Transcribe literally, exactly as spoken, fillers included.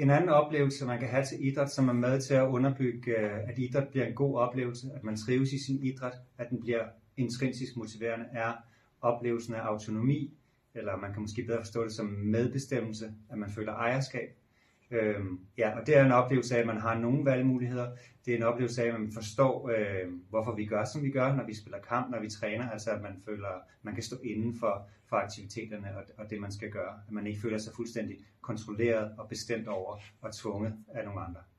en anden oplevelse, man kan have til idræt, som er med til at underbygge, at idræt bliver en god oplevelse, at man trives i sin idræt, at den bliver intrinsisk motiverende, er oplevelsen af autonomi, eller man kan måske bedre forstå det som medbestemmelse, at man føler ejerskab. Øhm, ja, og det er en oplevelse af, at man har nogle valgmuligheder. Det er en oplevelse af, at man forstår, øh, hvorfor vi gør, som vi gør, når vi spiller kamp, når vi træner. Altså, at man føler, at man kan stå inden for, for aktiviteterne og, og det, man skal gøre. At man ikke føler sig fuldstændig kontrolleret og bestemt over og tvunget af nogle andre.